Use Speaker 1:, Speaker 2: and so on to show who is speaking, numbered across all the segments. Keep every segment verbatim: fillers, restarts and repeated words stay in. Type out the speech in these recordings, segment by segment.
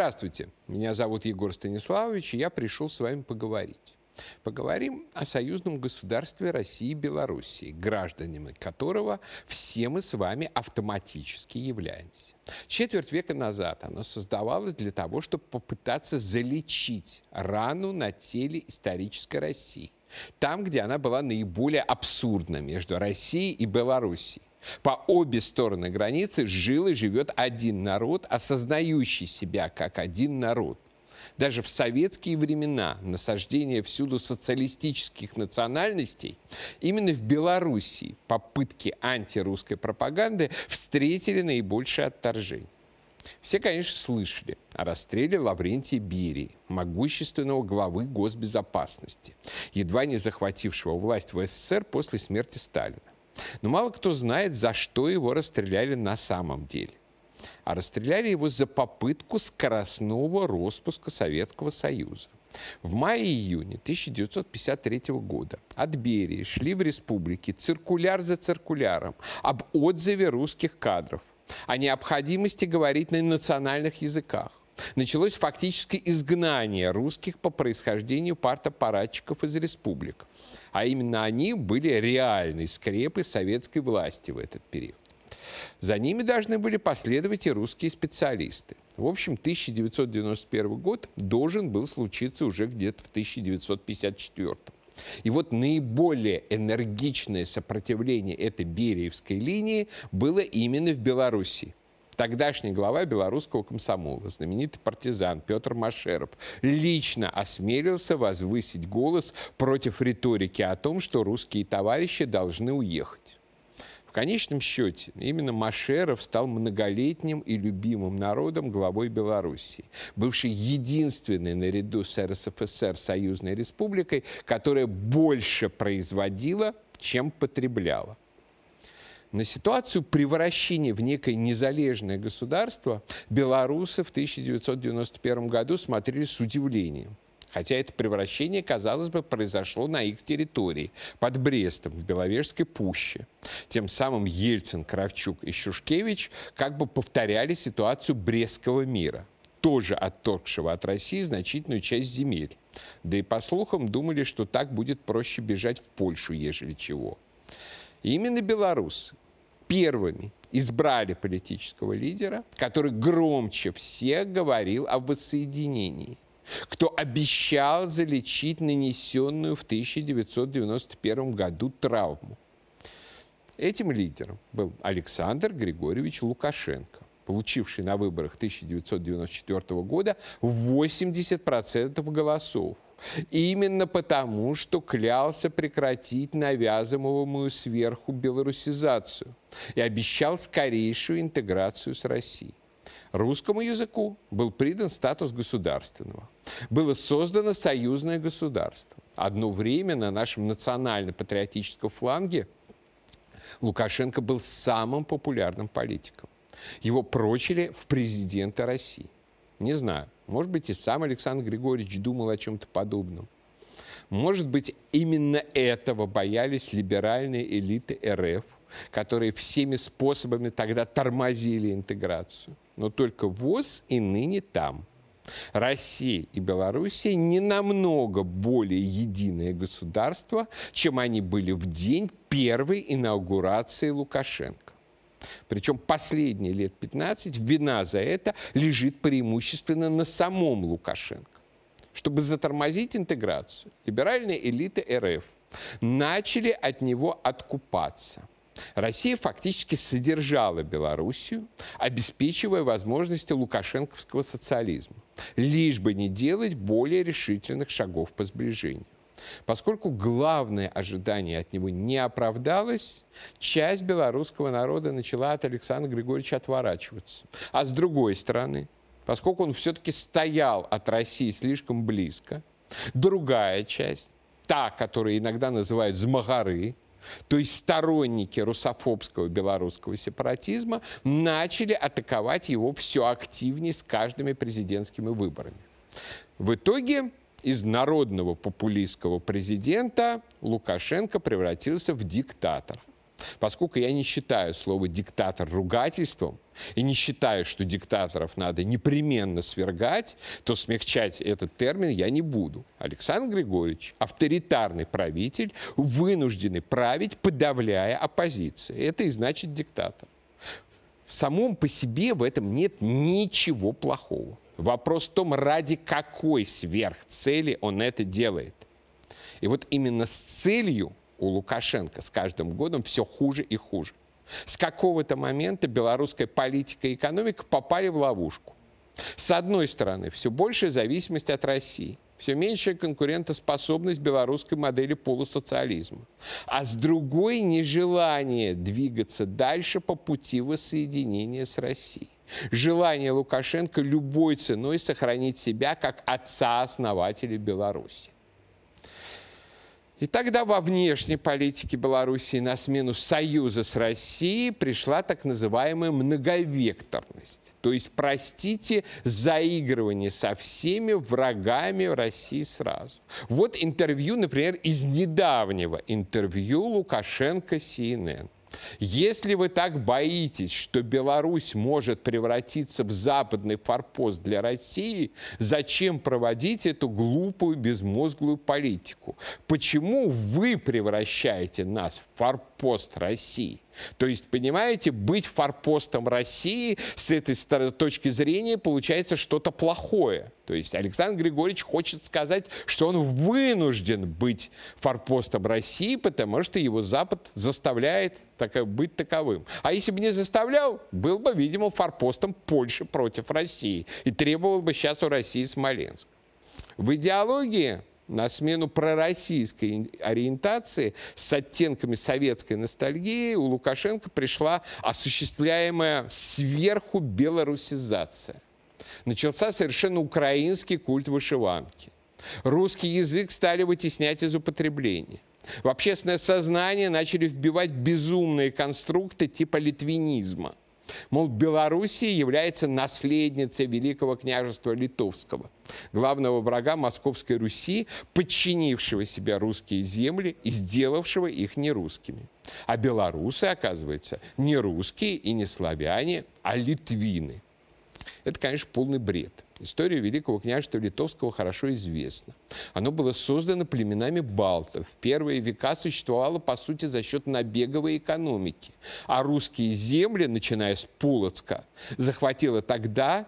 Speaker 1: Здравствуйте, меня зовут Егор Станиславович, и я пришел с вами поговорить. Поговорим о союзном государстве России и Белоруссии, гражданами которого все мы с вами автоматически являемся. Четверть века назад оно создавалось для того, чтобы попытаться залечить рану на теле исторической России, там, где она была наиболее абсурдна между Россией и Белоруссией. По обе стороны границы жил и живет один народ, осознающий себя как один народ. Даже в советские времена насаждение всюду социалистических национальностей именно в Белоруссии попытки антирусской пропаганды встретили наибольшее отторжение. Все, конечно, слышали о расстреле Лаврентия Берии, могущественного главы госбезопасности, едва не захватившего власть в СССР после смерти Сталина. Но мало кто знает, за что его расстреляли на самом деле. А расстреляли его за попытку скоростного распуска Советского Союза. В мае-июне тысяча девятьсот пятьдесят третьего года от Берии шли в республике циркуляр за циркуляром об отзыве русских кадров, о необходимости говорить на национальных языках. Началось фактически изгнание русских по происхождению партаппаратчиков из республик. А именно они были реальной скрепой советской власти в этот период. За ними должны были последовать и русские специалисты. В общем, тысяча девятьсот девяносто первый год должен был случиться уже где-то в тысяча девятьсот пятьдесят четвёртом. И вот наиболее энергичное сопротивление этой бериевской линии было именно в Белоруссии. Тогдашний глава белорусского комсомола, знаменитый партизан Петр Машеров, лично осмелился возвысить голос против риторики о том, что русские товарищи должны уехать. В конечном счете, именно Машеров стал многолетним и любимым народом главой Белоруссии, бывшей единственной наряду с эр эс эф эс эр союзной республикой, которая больше производила, чем потребляла. На ситуацию превращения в некое незалежное государство белорусы в тысяча девятьсот девяносто первом году смотрели с удивлением. Хотя это превращение, казалось бы, произошло на их территории, под Брестом, в Беловежской пуще. Тем самым Ельцин, Кравчук и Шушкевич как бы повторяли ситуацию Брестского мира, тоже отторгшего от России значительную часть земель. Да и, по слухам, думали, что так будет проще бежать в Польшу, ежели чего. И именно белорусы первыми избрали политического лидера, который громче всех говорил о воссоединении, кто обещал залечить нанесенную в тысяча девятьсот девяносто первом году травму. Этим лидером был Александр Григорьевич Лукашенко, получивший на выборах тысяча девятьсот девяносто четвёртого года восемьдесят процентов голосов. Именно потому, что клялся прекратить навязываемую сверху белорусизацию и обещал скорейшую интеграцию с Россией. Русскому языку был придан статус государственного. Было создано союзное государство. Одно время на нашем национально-патриотическом фланге Лукашенко был самым популярным политиком. Его прочили в президенты России. Не знаю, может быть, и сам Александр Григорьевич думал о чем-то подобном. Может быть, именно этого боялись либеральные элиты эр эф, которые всеми способами тогда тормозили интеграцию. Но только ВОЗ и ныне там. Россия и Белоруссия не намного более единое государство, чем они были в день первой инаугурации Лукашенко. Причем последние лет пятнадцать вина за это лежит преимущественно на самом Лукашенко. Чтобы затормозить интеграцию, либеральные элиты эр эф начали от него откупаться. Россия фактически содержала Белоруссию, обеспечивая возможности лукашенковского социализма, лишь бы не делать более решительных шагов по сближению. Поскольку главное ожидание от него не оправдалось, часть белорусского народа начала от Александра Григорьевича отворачиваться. А с другой стороны, поскольку он все-таки стоял от России слишком близко, другая часть, та, которую иногда называют «змагары», то есть сторонники русофобского белорусского сепаратизма, начали атаковать его все активнее с каждыми президентскими выборами. В итоге из народного популистского президента Лукашенко превратился в диктатора. Поскольку я не считаю слово «диктатор» ругательством и не считаю, что диктаторов надо непременно свергать, то смягчать этот термин я не буду. Александр Григорьевич – авторитарный правитель, вынужденный править, подавляя оппозицию. Это и значит диктатор. В самом по себе в этом нет ничего плохого. Вопрос в том, ради какой сверхцели он это делает. И вот именно с целью у Лукашенко с каждым годом все хуже и хуже. С какого-то момента белорусская политика и экономика попали в ловушку. С одной стороны, все большая зависимость от России, все меньшая конкурентоспособность белорусской модели полусоциализма. А с другой, нежелание двигаться дальше по пути воссоединения с Россией. Желание Лукашенко любой ценой сохранить себя как отца-основателя Беларуси. И тогда во внешней политике Белоруссии на смену союза с Россией пришла так называемая многовекторность. То есть, простите, заигрывание со всеми врагами России сразу. Вот интервью, например, из недавнего интервью Лукашенко си эн эн. Если вы так боитесь, что Беларусь может превратиться в западный форпост для России, зачем проводить эту глупую, безмозглую политику? Почему вы превращаете нас в форпост России? То есть, понимаете, быть форпостом России с этой точки зрения получается что-то плохое. То есть Александр Григорьевич хочет сказать, что он вынужден быть форпостом России, потому что его Запад заставляет так, быть таковым. А если бы не заставлял, был бы, видимо, форпостом Польши против России и требовал бы сейчас у России Смоленск. В идеологии на смену пророссийской ориентации с оттенками советской ностальгии у Лукашенко пришла осуществляемая сверху белорусизация. Начался совершенно украинский культ вышиванки. Русский язык стали вытеснять из употребления. В общественное сознание начали вбивать безумные конструкты типа литвинизма. Мол, Белоруссия является наследницей Великого княжества Литовского, главного врага Московской Руси, подчинившего себя русские земли и сделавшего их нерусскими. А белорусы, оказывается, не русские и не славяне, а литвины. Это, конечно, полный бред. История Великого княжества Литовского хорошо известна. Оно было создано племенами балтов. В первые века существовало, по сути, за счет набеговой экономики. А русские земли, начиная с Полоцка, захватило тогда,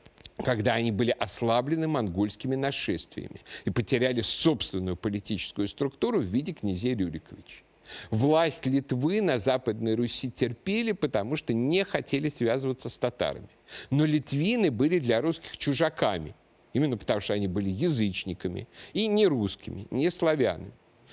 Speaker 1: когда они были ослаблены монгольскими нашествиями и потеряли собственную политическую структуру в виде князей Рюриковичей. Власть Литвы на Западной Руси терпели, потому что не хотели связываться с татарами. Но литвины были для русских чужаками, именно потому что они были язычниками и не русскими, не славянами.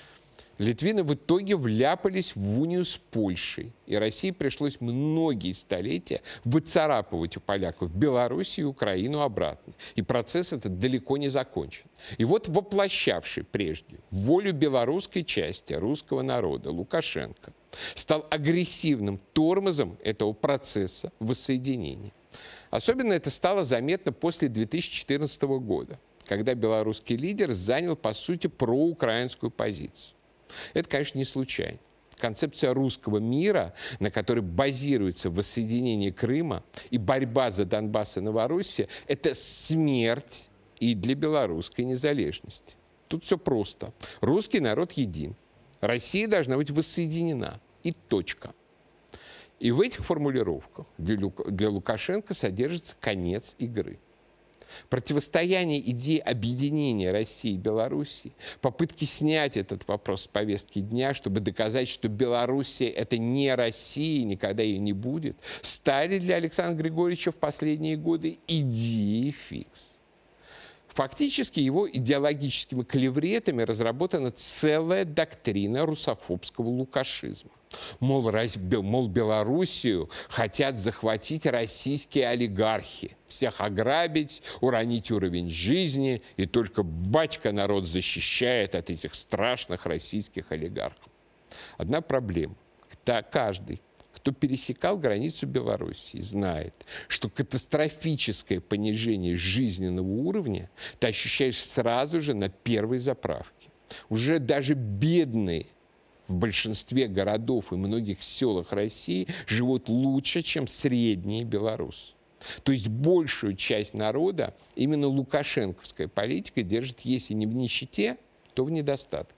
Speaker 1: Литвины в итоге вляпались в унию с Польшей, и России пришлось многие столетия выцарапывать у поляков Белоруссию и Украину обратно. И процесс этот далеко не закончен. И вот воплощавший прежде волю белорусской части русского народа Лукашенко стал агрессивным тормозом этого процесса воссоединения. Особенно это стало заметно после две тысячи четырнадцатого года, когда белорусский лидер занял, по сути, проукраинскую позицию. Это, конечно, не случайно. Концепция русского мира, на которой базируется воссоединение Крыма и борьба за Донбасс и Новороссию, это смерть и для белорусской незалежности. Тут все просто. Русский народ един. Россия должна быть воссоединена. И точка. И в этих формулировках для, Лук... для Лукашенко содержится конец игры. Противостояние идеи объединения России и Белоруссии, попытки снять этот вопрос с повестки дня, чтобы доказать, что Белоруссия – это не Россия, никогда ее не будет, стали для Александра Григорьевича в последние годы идеей фикс. Фактически его идеологическими клевретами разработана целая доктрина русофобского лукашизма. Мол, мол, Белоруссию хотят захватить российские олигархи, всех ограбить, уронить уровень жизни, и только батька народ защищает от этих страшных российских олигархов. Одна проблема. Каждый, кто пересекал границу Белоруссии, знает, что катастрофическое понижение жизненного уровня ты ощущаешь сразу же на первой заправке. Уже даже бедные в большинстве городов и многих селах России живут лучше, чем средние белорусы. То есть большую часть народа именно лукашенковская политика держит, если не в нищете, то в недостатке.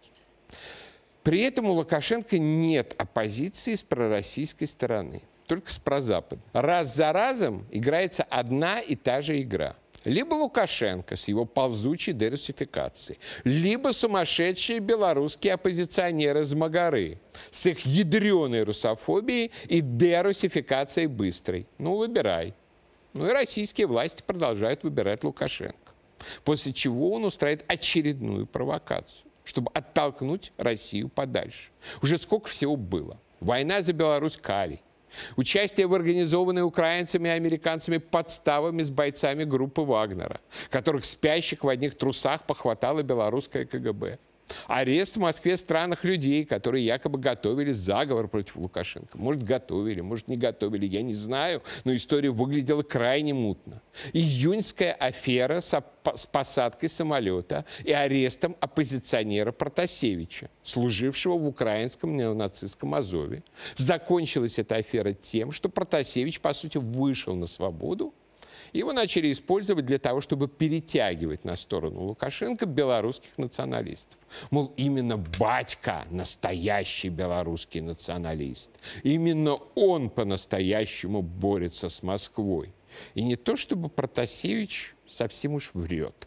Speaker 1: При этом у Лукашенко нет оппозиции с пророссийской стороны, только с прозападной. Раз за разом играется одна и та же игра. Либо Лукашенко с его ползучей дерусификацией, либо сумасшедшие белорусские оппозиционеры с Магары с их ядреной русофобией и дерусификацией быстрой. Ну, выбирай. Ну и российские власти продолжают выбирать Лукашенко. После чего он устраивает очередную провокацию, чтобы оттолкнуть Россию подальше. Уже сколько всего было. Война за Беларусь Кали. Участие в организованной украинцами и американцами подставами с бойцами группы Вагнера, которых спящих в одних трусах похватало белорусское ка гэ бэ. Арест в Москве странных людей, которые якобы готовили заговор против Лукашенко. Может, готовили, может, не готовили, я не знаю, но история выглядела крайне мутно. Июньская афера с, с посадкой самолета и арестом оппозиционера Протасевича, служившего в украинском неонацистском Азове. Закончилась эта афера тем, что Протасевич, по сути, вышел на свободу. Его начали использовать для того, чтобы перетягивать на сторону Лукашенко белорусских националистов. Мол, именно батька настоящий белорусский националист. Именно он по-настоящему борется с Москвой. И не то, чтобы Протасевич совсем уж врет.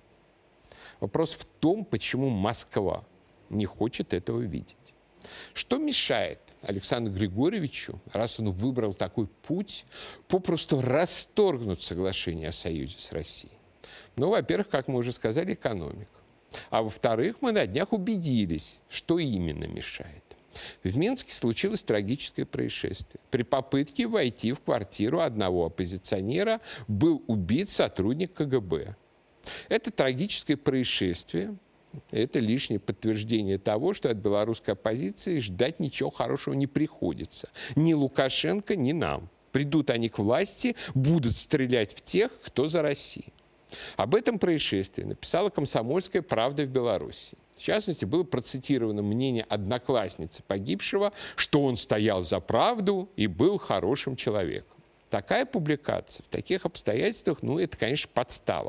Speaker 1: Вопрос в том, почему Москва не хочет этого видеть. Что мешает Александру Григорьевичу, раз он выбрал такой путь, попросту расторгнуть соглашение о союзе с Россией? Ну, во-первых, как мы уже сказали, экономика. А во-вторых, мы на днях убедились, что именно мешает. В Минске случилось трагическое происшествие. При попытке войти в квартиру одного оппозиционера был убит сотрудник ка гэ бэ. Это трагическое происшествие. Это лишнее подтверждение того, что от белорусской оппозиции ждать ничего хорошего не приходится. Ни Лукашенко, ни нам. Придут они к власти, будут стрелять в тех, кто за Россию. Об этом происшествии написала «Комсомольская правда» в Беларуси. В частности, было процитировано мнение одноклассницы погибшего, что он стоял за правду и был хорошим человеком. Такая публикация в таких обстоятельствах, ну, это, конечно, подстава.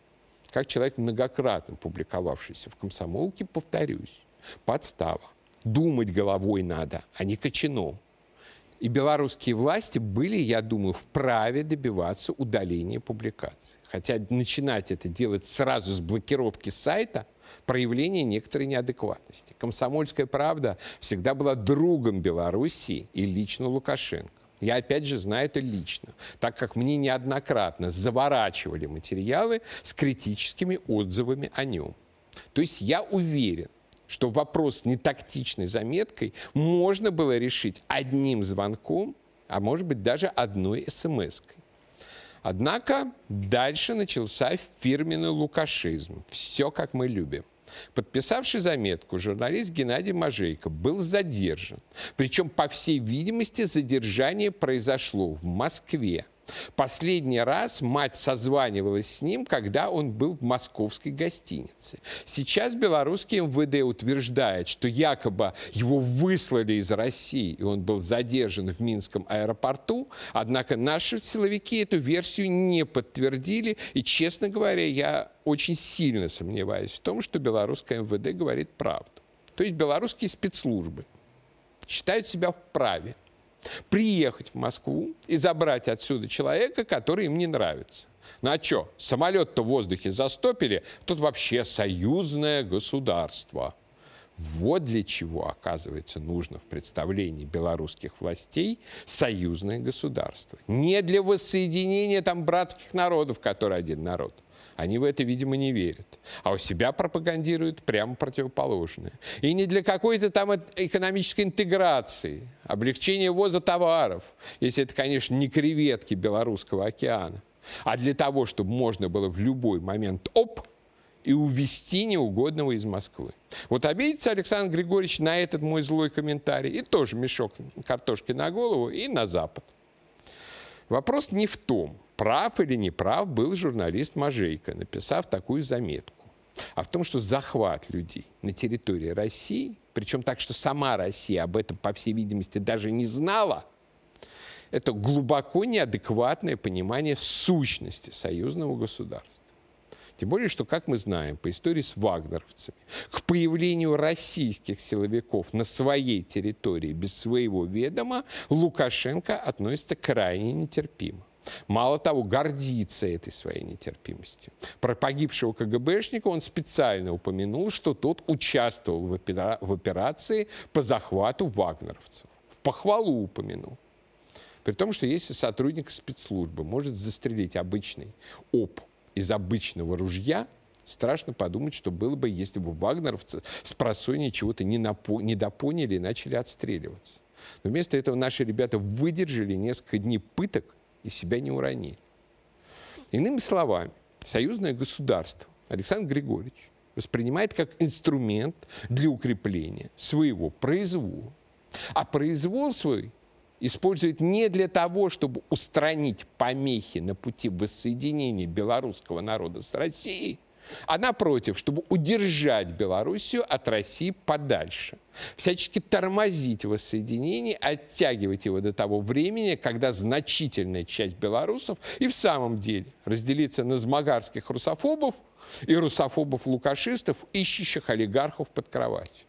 Speaker 1: Как человек, многократно публиковавшийся в «Комсомолке», повторюсь, подстава. Думать головой надо, а не кочаном. И белорусские власти были, я думаю, вправе добиваться удаления публикаций. Хотя начинать это делать сразу с блокировки сайта – проявление некоторой неадекватности. «Комсомольская правда» всегда была другом Белоруссии и лично Лукашенко. Я, опять же, знаю это лично, так как мне неоднократно заворачивали материалы с критическими отзывами о нем. То есть я уверен, что вопрос с нетактичной заметкой можно было решить одним звонком, а может быть даже одной эс эм эской. Однако дальше начался фирменный лукашизм. Все, как мы любим. Подписавший заметку журналист Геннадий Можейко был задержан. Причем, по всей видимости, задержание произошло в Москве. Последний раз мать созванивалась с ним, когда он был в московской гостинице. Сейчас белорусский эм вэ дэ утверждает, что якобы его выслали из России, и он был задержан в Минском аэропорту. Однако наши силовики эту версию не подтвердили. И, честно говоря, я очень сильно сомневаюсь в том, что белорусское эм вэ дэ говорит правду. То есть белорусские спецслужбы считают себя вправе приехать в Москву и забрать отсюда человека, который им не нравится. Ну а что, самолет-то в воздухе застопили, тут вообще союзное государство. Вот для чего, оказывается, нужно в представлении белорусских властей союзное государство. Не для воссоединения там братских народов, которые один народ. Они в это, видимо, не верят. А у себя пропагандируют прямо противоположное. И не для какой-то там экономической интеграции, облегчения ввоза товаров, если это, конечно, не креветки Белорусского океана, а для того, чтобы можно было в любой момент оп, и увезти неугодного из Москвы. Вот обидится Александр Григорьевич на этот мой злой комментарий, и тоже мешок картошки на голову и на Запад. Вопрос не в том, прав или не прав был журналист Можейко, написав такую заметку. а в том, что захват людей на территории России, причем так, что сама Россия об этом, по всей видимости, даже не знала, это глубоко неадекватное понимание сущности союзного государства. Тем более, что, как мы знаем, по истории с вагнеровцами, к появлению российских силовиков на своей территории без своего ведома Лукашенко относится крайне нетерпимо. Мало того, гордится этой своей нетерпимостью. Про погибшего КГБшника он специально упомянул, что тот участвовал в, опера... в операции по захвату вагнеровцев. В похвалу упомянул. При том, что если сотрудник спецслужбы может застрелить обычный оп из обычного ружья, страшно подумать, что было бы, если бы вагнеровцы с просонья чего-то не, напо... не допоняли и начали отстреливаться. Но вместо этого наши ребята выдержали несколько дней пыток и себя не уронили. Иными словами, союзное государство Александр Григорьевич воспринимает как инструмент для укрепления своего произвола. А произвол свой использует не для того, чтобы устранить помехи на пути воссоединения белорусского народа с Россией, а напротив, чтобы удержать Белоруссию от России подальше, всячески тормозить воссоединение, оттягивать его до того времени, когда значительная часть белорусов и в самом деле разделится на змагарских русофобов и русофобов-лукашистов, ищущих олигархов под кроватью.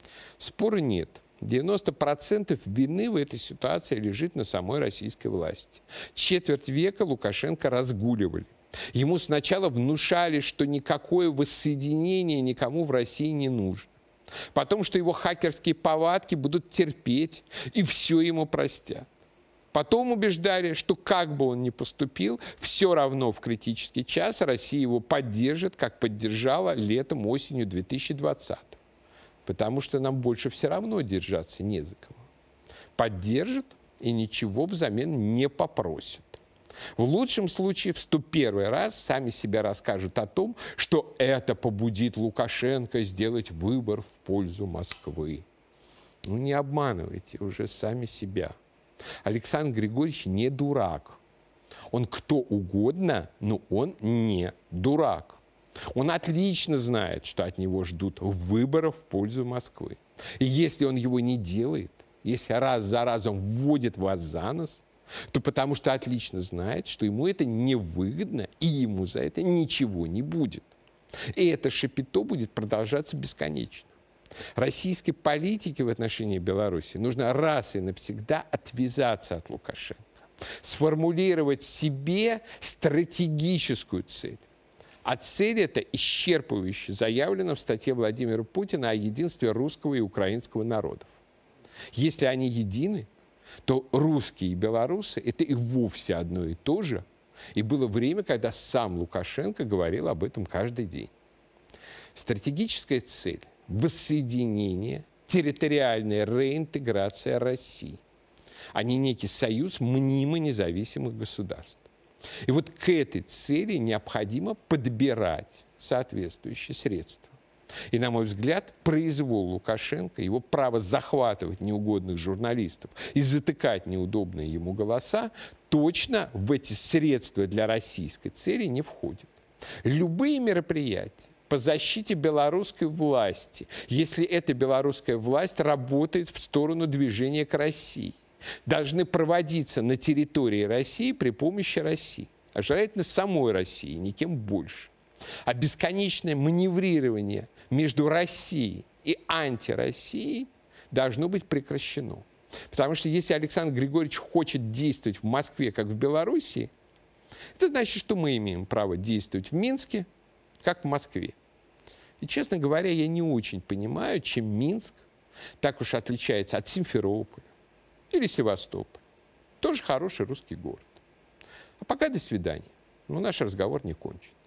Speaker 1: Спора нет. девяносто процентов вины в этой ситуации лежит на самой российской власти. Четверть века Лукашенко разгуливали. Ему сначала внушали, что никакое воссоединение никому в России не нужно. Потом, что его хакерские повадки будут терпеть и все ему простят. Потом убеждали, что как бы он ни поступил, все равно в критический час Россия его поддержит, как поддержала летом-осенью две тысячи двадцатого. Потому что нам больше все равно держаться не за кого. Поддержит и ничего взамен не попросит. В лучшем случае в сто первый раз сами себя расскажут о том, что это побудит Лукашенко сделать выбор в пользу Москвы. Ну не обманывайте уже сами себя. Александр Григорьевич не дурак. Он кто угодно, но он не дурак. Он отлично знает, что от него ждут выборов в пользу Москвы. И если он его не делает, если раз за разом вводит вас за нос, то потому что отлично знает, что ему это невыгодно, и ему за это ничего не будет. И это шапито будет продолжаться бесконечно. Российской политике в отношении Беларуси нужно раз и навсегда отвязаться от Лукашенко, сформулировать себе стратегическую цель. А цель эта исчерпывающе заявлена в статье Владимира Путина о единстве русского и украинского народов. Если они едины, то русские и белорусы – это и вовсе одно и то же. И было время, когда сам Лукашенко говорил об этом каждый день. Стратегическая цель – воссоединение, территориальная реинтеграция России, а не некий союз мнимо независимых государств. И вот к этой цели необходимо подбирать соответствующие средства. И, на мой взгляд, произвол Лукашенко, его право захватывать неугодных журналистов и затыкать неудобные ему голоса, точно в эти средства для российской цели не входит. Любые мероприятия по защите белорусской власти, если эта белорусская власть работает в сторону движения к России, должны проводиться на территории России при помощи России, а желательно самой России, никем больше. А бесконечное маневрирование между Россией и антироссией должно быть прекращено. Потому что если Александр Григорьевич хочет действовать в Москве, как в Белоруссии, это значит, что мы имеем право действовать в Минске, как в Москве. И, честно говоря, я не очень понимаю, чем Минск так уж отличается от Симферополя или Севастополя. Тоже хороший русский город. А пока до свидания. Но наш разговор не кончен.